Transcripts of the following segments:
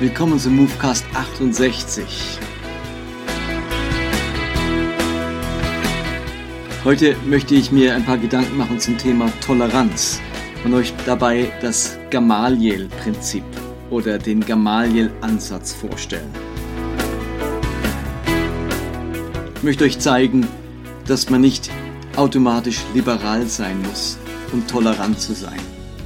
Willkommen zum Movecast 68. Heute möchte ich mir ein paar Gedanken machen zum Thema Toleranz und euch dabei das Gamaliel-Prinzip oder den Gamaliel-Ansatz vorstellen. Ich möchte euch zeigen, dass man nicht automatisch liberal sein muss, um tolerant zu sein.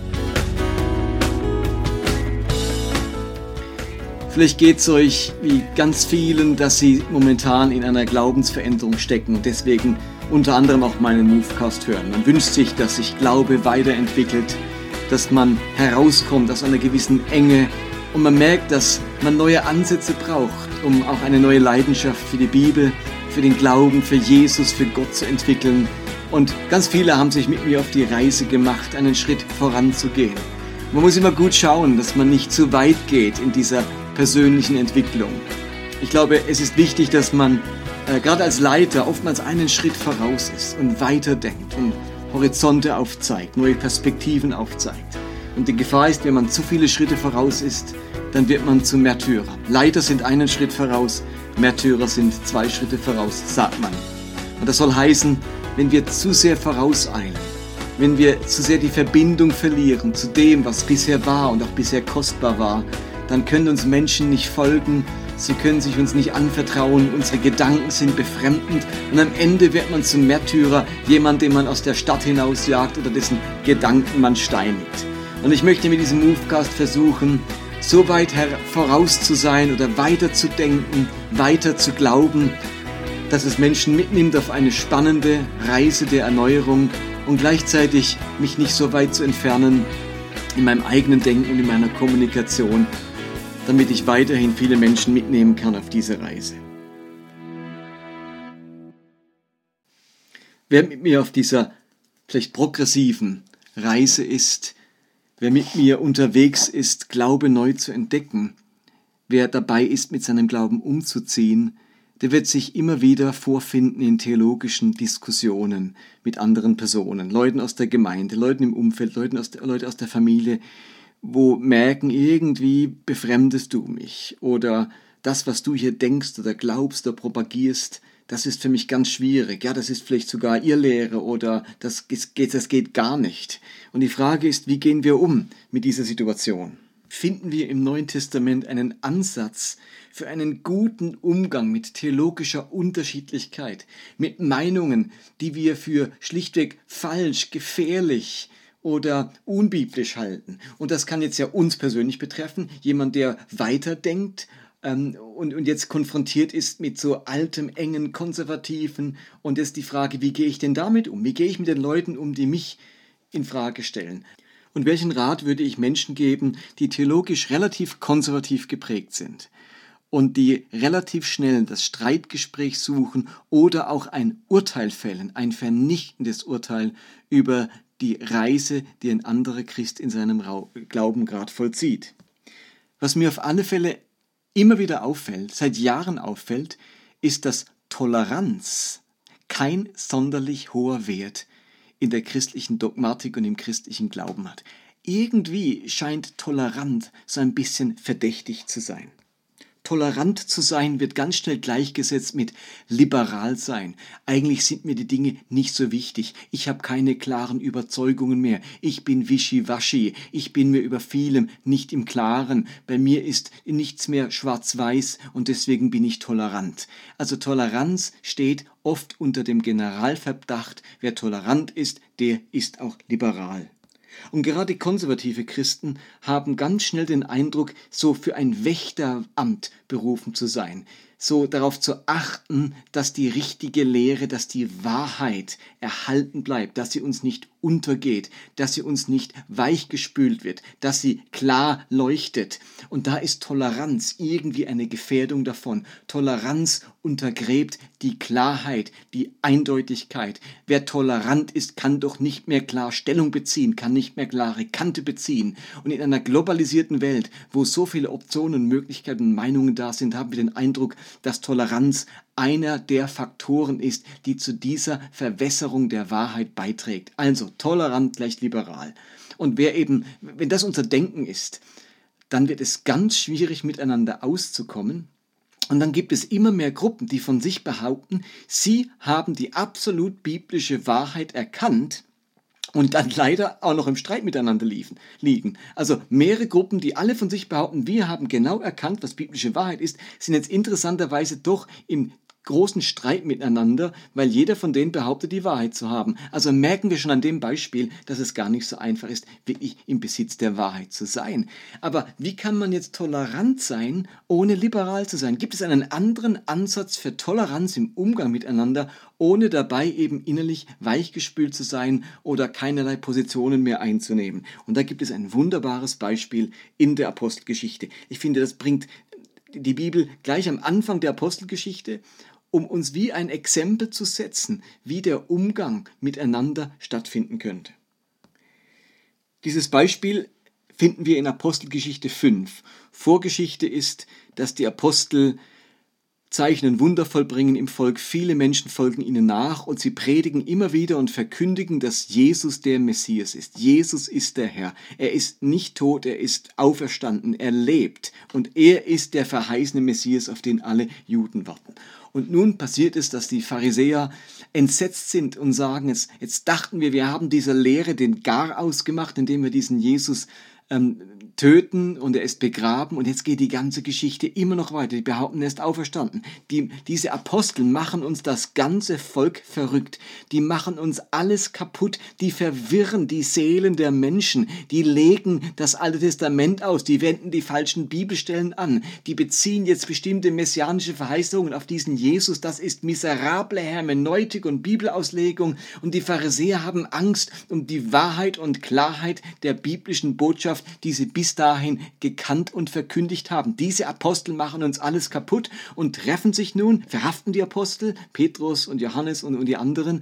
Vielleicht geht es euch wie ganz vielen, dass sie momentan in einer Glaubensveränderung stecken und deswegen unter anderem auch meinen Movecast hören. Man wünscht sich, dass sich Glaube weiterentwickelt, dass man herauskommt aus einer gewissen Enge und man merkt, dass man neue Ansätze braucht, um auch eine neue Leidenschaft für die Bibel, für den Glauben, für Jesus, für Gott zu entwickeln. Und ganz viele haben sich mit mir auf die Reise gemacht, einen Schritt voranzugehen. Man muss immer gut schauen, dass man nicht zu weit geht in dieser persönlichen Entwicklung. Ich glaube, es ist wichtig, dass man gerade als Leiter oftmals einen Schritt voraus ist und weiterdenkt und Horizonte aufzeigt, neue Perspektiven aufzeigt. Und die Gefahr ist, wenn man zu viele Schritte voraus ist, dann wird man zum Märtyrer. Leiter sind einen Schritt voraus, Märtyrer sind 2 Schritte voraus, sagt man. Und das soll heißen, wenn wir zu sehr vorauseilen, wenn wir zu sehr die Verbindung verlieren zu dem, was bisher war und auch bisher kostbar war, dann können uns Menschen nicht folgen, sie können sich uns nicht anvertrauen, unsere Gedanken sind befremdend und am Ende wird man zum Märtyrer, jemand, den man aus der Stadt hinausjagt oder dessen Gedanken man steinigt. Und ich möchte mit diesem Movecast versuchen, so weit voraus zu sein oder weiter zu denken, weiter zu glauben, dass es Menschen mitnimmt auf eine spannende Reise der Erneuerung und gleichzeitig mich nicht so weit zu entfernen in meinem eigenen Denken und in meiner Kommunikation, damit ich weiterhin viele Menschen mitnehmen kann auf diese Reise. Wer mit mir auf dieser vielleicht progressiven Reise ist, wer mit mir unterwegs ist, Glaube neu zu entdecken, wer dabei ist, mit seinem Glauben umzuziehen, der wird sich immer wieder vorfinden in theologischen Diskussionen mit anderen Personen, Leuten aus der Gemeinde, Leuten im Umfeld, Leute aus der Familie, wo merken, irgendwie befremdest du mich oder das, was du hier denkst oder glaubst oder propagierst, das ist für mich ganz schwierig. Ja, das ist vielleicht sogar Irrlehre oder das geht gar nicht. Und die Frage ist, wie gehen wir um mit dieser Situation? Finden wir im Neuen Testament einen Ansatz für einen guten Umgang mit theologischer Unterschiedlichkeit, mit Meinungen, die wir für schlichtweg falsch, gefährlich oder unbiblisch halten. Und das kann jetzt ja uns persönlich betreffen, jemand, der weiterdenkt und jetzt konfrontiert ist mit so altem, engen, konservativen. Und jetzt die Frage, wie gehe ich denn damit um? Wie gehe ich mit den Leuten um, die mich in Frage stellen? Und welchen Rat würde ich Menschen geben, die theologisch relativ konservativ geprägt sind und die relativ schnell das Streitgespräch suchen oder auch ein Urteil fällen, ein vernichtendes Urteil über die Reise, die ein anderer Christ in seinem Glauben gerade vollzieht. Was mir auf alle Fälle immer wieder auffällt, seit Jahren auffällt, ist, dass Toleranz kein sonderlich hoher Wert in der christlichen Dogmatik und im christlichen Glauben hat. Irgendwie scheint tolerant so ein bisschen verdächtig zu sein. Tolerant zu sein wird ganz schnell gleichgesetzt mit liberal sein. Eigentlich sind mir die Dinge nicht so wichtig. Ich habe keine klaren Überzeugungen mehr. Ich bin wischiwaschi. Ich bin mir über vielem nicht im Klaren. Bei mir ist nichts mehr schwarz-weiß und deswegen bin ich tolerant. Also Toleranz steht oft unter dem Generalverdacht, wer tolerant ist, der ist auch liberal. Und gerade konservative Christen haben ganz schnell den Eindruck, so für ein Wächteramt berufen zu sein, so darauf zu achten, dass die richtige Lehre, dass die Wahrheit erhalten bleibt, dass sie uns nicht untergeht, dass sie uns nicht weichgespült wird, dass sie klar leuchtet. Und da ist Toleranz irgendwie eine Gefährdung davon. Toleranz untergräbt die Klarheit, die Eindeutigkeit. Wer tolerant ist, kann doch nicht mehr klar Stellung beziehen, kann nicht mehr klare Kante beziehen. Und in einer globalisierten Welt, wo so viele Optionen, Möglichkeiten und Meinungen da sind, haben wir den Eindruck, dass Toleranz einer der Faktoren ist, die zu dieser Verwässerung der Wahrheit beiträgt. Also tolerant gleich liberal. Und wenn das unser Denken ist, dann wird es ganz schwierig, miteinander auszukommen. Und dann gibt es immer mehr Gruppen, die von sich behaupten, sie haben die absolut biblische Wahrheit erkannt und dann leider auch noch im Streit miteinander liegen. Also mehrere Gruppen, die alle von sich behaupten, wir haben genau erkannt, was biblische Wahrheit ist, sind jetzt interessanterweise doch im großen Streit miteinander, weil jeder von denen behauptet, die Wahrheit zu haben. Also merken wir schon an dem Beispiel, dass es gar nicht so einfach ist, wirklich im Besitz der Wahrheit zu sein. Aber wie kann man jetzt tolerant sein, ohne liberal zu sein? Gibt es einen anderen Ansatz für Toleranz im Umgang miteinander, ohne dabei eben innerlich weichgespült zu sein oder keinerlei Positionen mehr einzunehmen? Und da gibt es ein wunderbares Beispiel in der Apostelgeschichte. Ich finde, das bringt die Bibel gleich am Anfang der Apostelgeschichte, um uns wie ein Exempel zu setzen, wie der Umgang miteinander stattfinden könnte. Dieses Beispiel finden wir in Apostelgeschichte 5. Vorgeschichte ist, dass die Apostel Zeichen und Wunder vollbringen im Volk, viele Menschen folgen ihnen nach und sie predigen immer wieder und verkündigen, dass Jesus der Messias ist. Jesus ist der Herr. Er ist nicht tot, er ist auferstanden, er lebt und er ist der verheißene Messias, auf den alle Juden warten. Und nun passiert es, dass die Pharisäer entsetzt sind und sagen, jetzt dachten wir haben dieser Lehre den Garaus gemacht, indem wir diesen Jesus töten und er ist begraben und jetzt geht die ganze Geschichte immer noch weiter. Die behaupten, er ist auferstanden. Diese Apostel machen uns das ganze Volk verrückt. Die machen uns alles kaputt. Die verwirren die Seelen der Menschen. Die legen das Alte Testament aus. Die wenden die falschen Bibelstellen an. Die beziehen jetzt bestimmte messianische Verheißungen auf diesen Jesus. Das ist miserable Hermeneutik und Bibelauslegung und die Pharisäer haben Angst um die Wahrheit und Klarheit der biblischen Botschaft, die sie bis dahin gekannt und verkündigt haben. Diese Apostel machen uns alles kaputt und treffen sich nun, verhaften die Apostel, Petrus und Johannes und die anderen,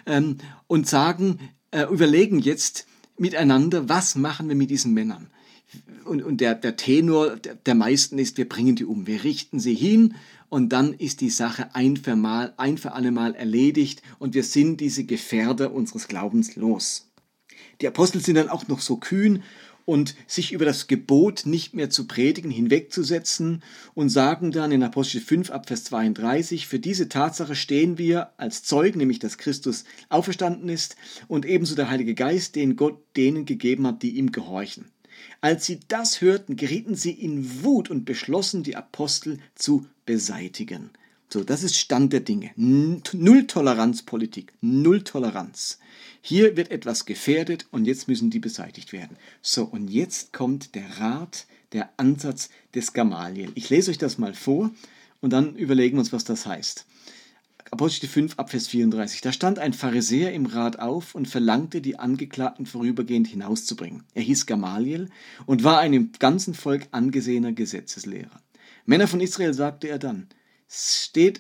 und überlegen jetzt miteinander, was machen wir mit diesen Männern? Und der Tenor der meisten ist, wir bringen die um, wir richten sie hin und dann ist die Sache ein für alle Mal erledigt und wir sind diese Gefährder unseres Glaubens los. Die Apostel sind dann auch noch so kühn und sich über das Gebot nicht mehr zu predigen hinwegzusetzen und sagen dann in Apostel 5 ab Vers 32, für diese Tatsache stehen wir als Zeugen, nämlich dass Christus auferstanden ist und ebenso der Heilige Geist, den Gott denen gegeben hat, die ihm gehorchen. Als sie das hörten, gerieten sie in Wut und beschlossen, die Apostel zu beseitigen. So, das ist Stand der Dinge. Null-Toleranz-Politik, Null-Toleranz. Hier wird etwas gefährdet und jetzt müssen die beseitigt werden. So, und jetzt kommt der Rat, der Ansatz des Gamaliel. Ich lese euch das mal vor und dann überlegen wir uns, was das heißt. Apostel 5 ab Vers 34. Da stand ein Pharisäer im Rat auf und verlangte, die Angeklagten vorübergehend hinauszubringen. Er hieß Gamaliel und war ein im ganzen Volk angesehener Gesetzeslehrer. Männer von Israel, sagte er dann, seht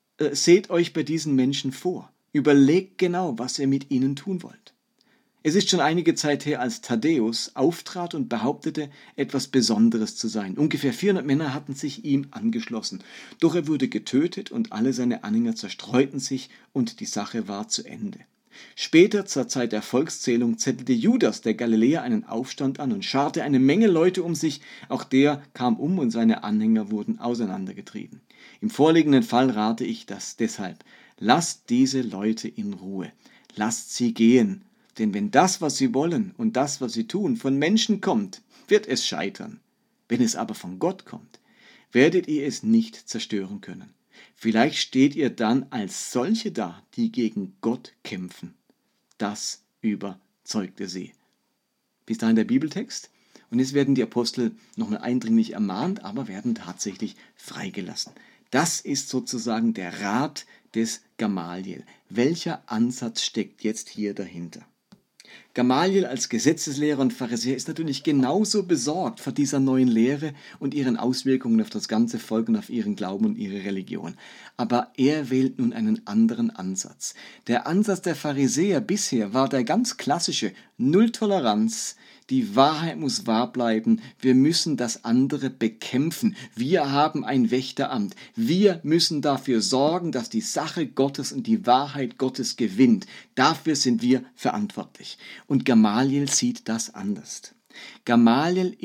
euch bei diesen Menschen vor. Überlegt genau, was ihr mit ihnen tun wollt. Es ist schon einige Zeit her, als Thaddäus auftrat und behauptete, etwas Besonderes zu sein. Ungefähr 400 Männer hatten sich ihm angeschlossen. Doch er wurde getötet und alle seine Anhänger zerstreuten sich und die Sache war zu Ende. Später, zur Zeit der Volkszählung, zettelte Judas, der Galiläer, einen Aufstand an und scharte eine Menge Leute um sich. Auch der kam um und seine Anhänger wurden auseinandergetrieben. Im vorliegenden Fall rate ich das deshalb. Lasst diese Leute in Ruhe. Lasst sie gehen. Denn wenn das, was sie wollen und das, was sie tun, von Menschen kommt, wird es scheitern. Wenn es aber von Gott kommt, werdet ihr es nicht zerstören können. Vielleicht steht ihr dann als solche da, die gegen Gott kämpfen. Das überzeugte sie. Bis dahin der Bibeltext. Und jetzt werden die Apostel nochmal eindringlich ermahnt, aber werden tatsächlich freigelassen. Das ist sozusagen der Rat des Gamaliel. Welcher Ansatz steckt jetzt hier dahinter? Gamaliel als Gesetzeslehrer und Pharisäer ist natürlich genauso besorgt vor dieser neuen Lehre und ihren Auswirkungen auf das ganze Volk und auf ihren Glauben und ihre Religion. Aber er wählt nun einen anderen Ansatz. Der Ansatz der Pharisäer bisher war der ganz klassische Null-Toleranz. Die Wahrheit muss wahr bleiben. Wir müssen das andere bekämpfen. Wir haben ein Wächteramt. Wir müssen dafür sorgen, dass die Sache Gottes und die Wahrheit Gottes gewinnt. Dafür sind wir verantwortlich. Und Gamaliel sieht das anders. Gamaliel ist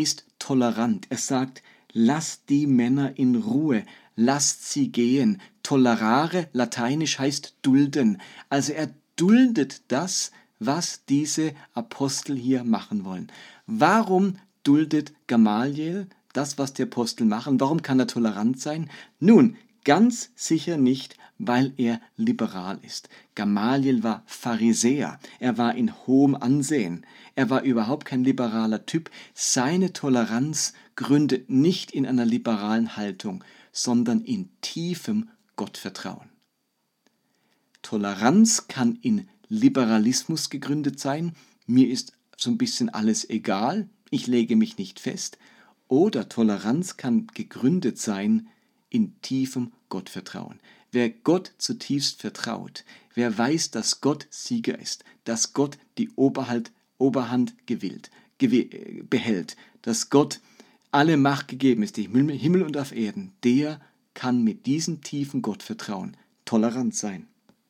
tolerant. Er sagt, lasst die Männer in Ruhe, lasst sie gehen. Tolerare, lateinisch heißt dulden. Also er duldet das, was diese Apostel hier machen wollen. Warum duldet Gamaliel das, was die Apostel machen? Warum kann er tolerant sein? Nun, ganz sicher nicht, weil er liberal ist. Gamaliel war Pharisäer. Er war in hohem Ansehen. Er war überhaupt kein liberaler Typ. Seine Toleranz gründet nicht in einer liberalen Haltung, sondern in tiefem Gottvertrauen. Toleranz kann in Liberalismus gegründet sein. Mir ist so ein bisschen alles egal. Ich lege mich nicht fest. Oder Toleranz kann gegründet sein in tiefem Gottvertrauen. Wer Gott zutiefst vertraut, wer weiß, dass Gott Sieger ist, dass Gott die Oberhand behält, dass Gott alle Macht gegeben ist, die Himmel und auf Erden, der kann mit diesem tiefen Gottvertrauen tolerant sein.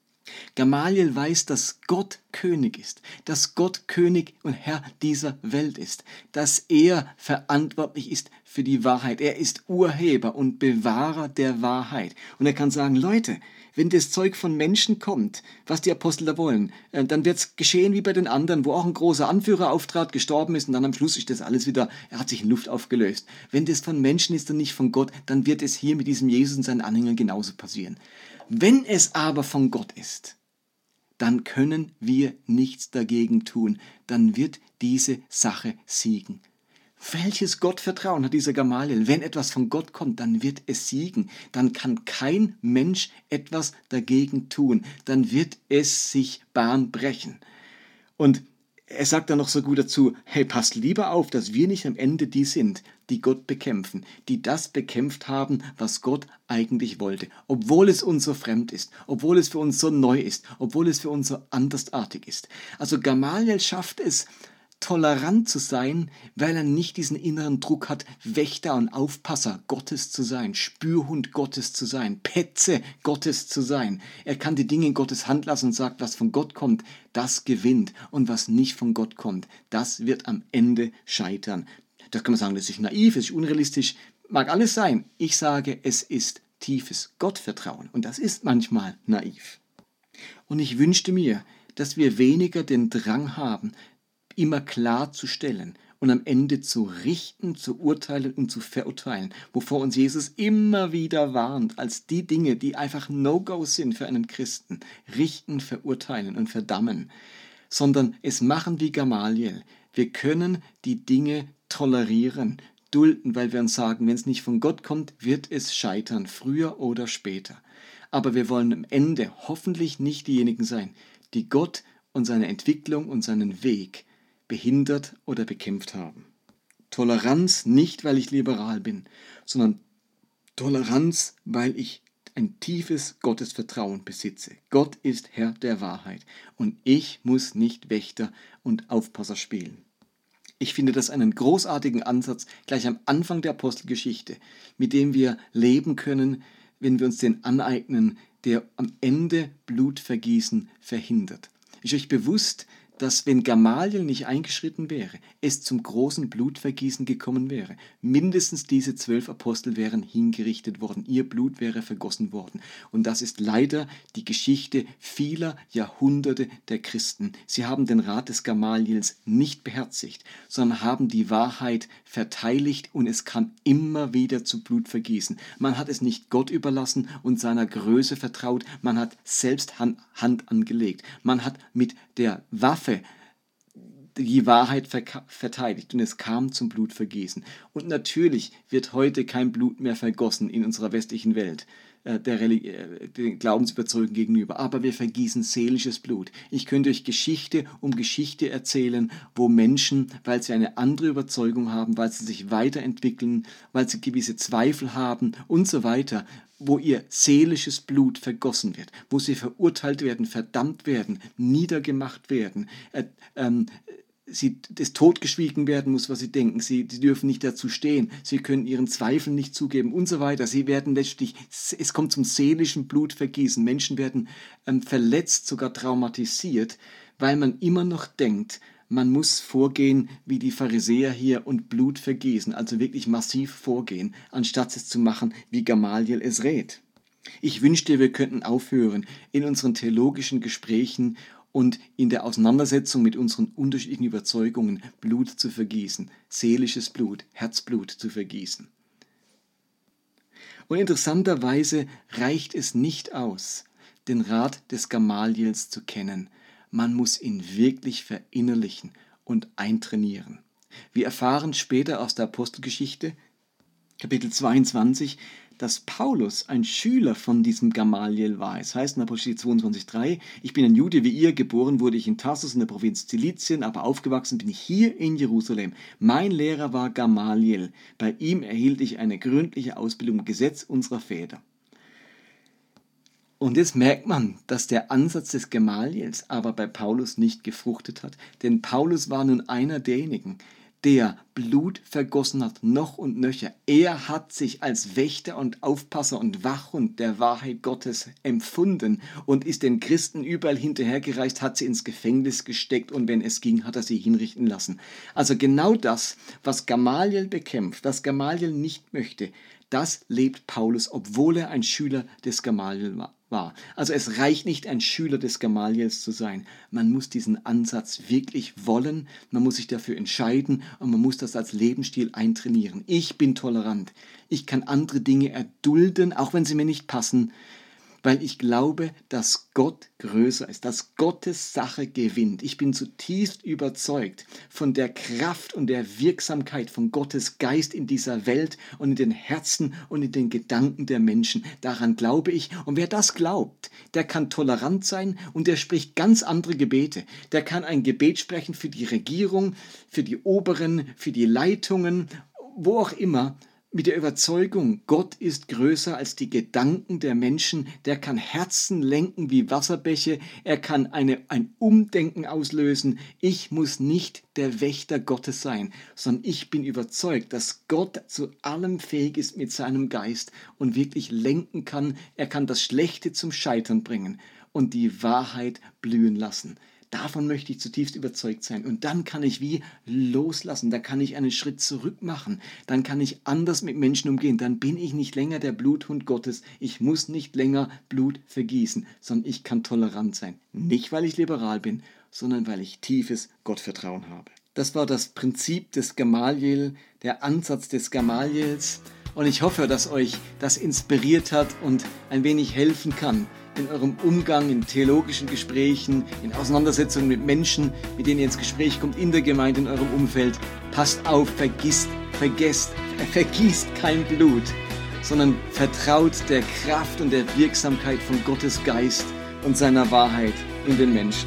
Gamaliel weiß, dass Gott König ist, dass Gott König und Herr dieser Welt ist, dass er verantwortlich ist für die Wahrheit. Er ist Urheber und Bewahrer der Wahrheit. Und er kann sagen, Leute, wenn das Zeug von Menschen kommt, was die Apostel da wollen, dann wird es geschehen wie bei den anderen, wo auch ein großer Anführer auftrat, gestorben ist und dann am Schluss ist das alles wieder, er hat sich in Luft aufgelöst. Wenn das von Menschen ist und nicht von Gott, dann wird es hier mit diesem Jesus und seinen Anhängern genauso passieren. Wenn es aber von Gott ist, dann können wir nichts dagegen tun. Dann wird diese Sache siegen. Welches Gottvertrauen hat dieser Gamaliel? Wenn etwas von Gott kommt, dann wird es siegen. Dann kann kein Mensch etwas dagegen tun. Dann wird es sich Bahn brechen. Und er sagt dann noch so gut dazu, hey, passt lieber auf, dass wir nicht am Ende die sind, die Gott bekämpfen, die das bekämpft haben, was Gott eigentlich wollte, obwohl es uns so fremd ist, obwohl es für uns so neu ist, obwohl es für uns so andersartig ist. Also Gamaliel schafft es, tolerant zu sein, weil er nicht diesen inneren Druck hat, Wächter und Aufpasser Gottes zu sein, Spürhund Gottes zu sein, Petze Gottes zu sein. Er kann die Dinge in Gottes Hand lassen und sagt, was von Gott kommt, das gewinnt und was nicht von Gott kommt, das wird am Ende scheitern. Das kann man sagen, das ist naiv, das ist unrealistisch, mag alles sein. Ich sage, es ist tiefes Gottvertrauen und das ist manchmal naiv. Und ich wünschte mir, dass wir weniger den Drang haben, immer klarzustellen und am Ende zu richten, zu urteilen und zu verurteilen, wovor uns Jesus immer wieder warnt, als die Dinge, die einfach No-Go sind für einen Christen, richten, verurteilen und verdammen, sondern es machen wie Gamaliel. Wir können die Dinge tolerieren, dulden, weil wir uns sagen, wenn es nicht von Gott kommt, wird es scheitern, früher oder später. Aber wir wollen am Ende hoffentlich nicht diejenigen sein, die Gott und seine Entwicklung und seinen Weg behindert oder bekämpft haben. Toleranz nicht, weil ich liberal bin, sondern Toleranz, weil ich ein tiefes Gottesvertrauen besitze. Gott ist Herr der Wahrheit und ich muss nicht Wächter und Aufpasser spielen. Ich finde das einen großartigen Ansatz gleich am Anfang der Apostelgeschichte, mit dem wir leben können, wenn wir uns den aneignen, der am Ende Blutvergießen verhindert. Ist euch bewusst, dass wenn Gamaliel nicht eingeschritten wäre, es zum großen Blutvergießen gekommen wäre. Mindestens diese 12 Apostel wären hingerichtet worden, ihr Blut wäre vergossen worden. Und das ist leider die Geschichte vieler Jahrhunderte der Christen. Sie haben den Rat des Gamaliels nicht beherzigt, sondern haben die Wahrheit verteidigt und es kam immer wieder zu Blutvergießen. Man hat es nicht Gott überlassen und seiner Größe vertraut, man hat selbst Hand angelegt. Man hat mit der Waffe die Wahrheit verteidigt und es kam zum Blutvergießen. Und natürlich wird heute kein Blut mehr vergossen in unserer westlichen Welt, den Glaubensüberzeugung gegenüber, aber wir vergießen seelisches Blut. Ich könnte euch Geschichte um Geschichte erzählen, wo Menschen, weil sie eine andere Überzeugung haben, weil sie sich weiterentwickeln, weil sie gewisse Zweifel haben und so weiter, wo ihr seelisches Blut vergossen wird, wo sie verurteilt werden, verdammt werden, niedergemacht werden, das totgeschwiegen werden muss, was sie denken. Sie dürfen nicht dazu stehen. Sie können ihren Zweifeln nicht zugeben und so weiter. Sie werden letztlich, es kommt zum seelischen Blutvergießen. Menschen werden verletzt, sogar traumatisiert, weil man immer noch denkt, man muss vorgehen wie die Pharisäer hier und Blut vergießen, also wirklich massiv vorgehen, anstatt es zu machen, wie Gamaliel es rät. Ich wünschte, wir könnten aufhören, in unseren theologischen Gesprächen und in der Auseinandersetzung mit unseren unterschiedlichen Überzeugungen Blut zu vergießen, seelisches Blut, Herzblut zu vergießen. Und interessanterweise reicht es nicht aus, den Rat des Gamaliels zu kennen. Man muss ihn wirklich verinnerlichen und eintrainieren. Wir erfahren später aus der Apostelgeschichte, Kapitel 22, dass Paulus ein Schüler von diesem Gamaliel war. Es heißt in Apostelgeschichte 22,3: Ich bin ein Jude wie ihr, geboren wurde ich in Tarsus in der Provinz Zilizien, aber aufgewachsen bin ich hier in Jerusalem. Mein Lehrer war Gamaliel. Bei ihm erhielt ich eine gründliche Ausbildung im Gesetz unserer Väter. Und jetzt merkt man, dass der Ansatz des Gamaliels aber bei Paulus nicht gefruchtet hat. Denn Paulus war nun einer derjenigen, der Blut vergossen hat, noch und nöcher. Er hat sich als Wächter und Aufpasser und Wachhund der Wahrheit Gottes empfunden und ist den Christen überall hinterhergereist, hat sie ins Gefängnis gesteckt und wenn es ging, hat er sie hinrichten lassen. Also genau das, was Gamaliel bekämpft, das Gamaliel nicht möchte, das lebt Paulus, obwohl er ein Schüler des Gamaliel war. Also es reicht nicht, ein Schüler des Gamaliels zu sein. Man muss diesen Ansatz wirklich wollen, man muss sich dafür entscheiden und man muss das als Lebensstil eintrainieren. Ich bin tolerant. Ich kann andere Dinge erdulden, auch wenn sie mir nicht passen, weil ich glaube, dass Gott größer ist, dass Gottes Sache gewinnt. Ich bin zutiefst überzeugt von der Kraft und der Wirksamkeit von Gottes Geist in dieser Welt und in den Herzen und in den Gedanken der Menschen. Daran glaube ich. Und wer das glaubt, der kann tolerant sein und der spricht ganz andere Gebete. Der kann ein Gebet sprechen für die Regierung, für die Oberen, für die Leitungen, wo auch immer, mit der Überzeugung, Gott ist größer als die Gedanken der Menschen, der kann Herzen lenken wie Wasserbäche, er kann ein Umdenken auslösen. Ich muss nicht der Wächter Gottes sein, sondern ich bin überzeugt, dass Gott zu allem fähig ist mit seinem Geist und wirklich lenken kann. Er kann das Schlechte zum Scheitern bringen und die Wahrheit blühen lassen. Davon möchte ich zutiefst überzeugt sein. Und dann kann ich wie loslassen, da kann ich einen Schritt zurück machen, dann kann ich anders mit Menschen umgehen, dann bin ich nicht länger der Bluthund Gottes, ich muss nicht länger Blut vergießen, sondern ich kann tolerant sein. Nicht, weil ich liberal bin, sondern weil ich tiefes Gottvertrauen habe. Das war das Prinzip des Gamaliel, der Ansatz des Gamaliels. Und ich hoffe, dass euch das inspiriert hat und ein wenig helfen kann in eurem Umgang, in theologischen Gesprächen, in Auseinandersetzungen mit Menschen, mit denen ihr ins Gespräch kommt, in der Gemeinde, in eurem Umfeld. Passt auf, vergießt kein Blut, sondern vertraut der Kraft und der Wirksamkeit von Gottes Geist und seiner Wahrheit in den Menschen.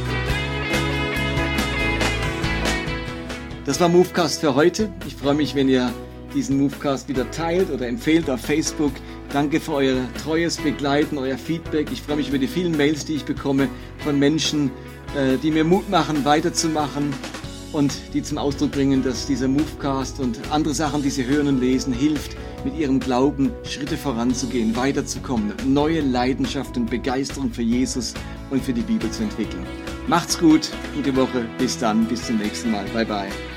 Das war Movecast für heute. Ich freue mich, wenn ihr diesen Movecast wieder teilt oder empfehlt auf Facebook. Danke für euer treues Begleiten, euer Feedback. Ich freue mich über die vielen Mails, die ich bekomme von Menschen, die mir Mut machen, weiterzumachen und die zum Ausdruck bringen, dass dieser Movecast und andere Sachen, die sie hören und lesen, hilft, mit ihrem Glauben Schritte voranzugehen, weiterzukommen, neue Leidenschaft und Begeisterung für Jesus und für die Bibel zu entwickeln. Macht's gut, gute Woche, bis dann, bis zum nächsten Mal. Bye bye.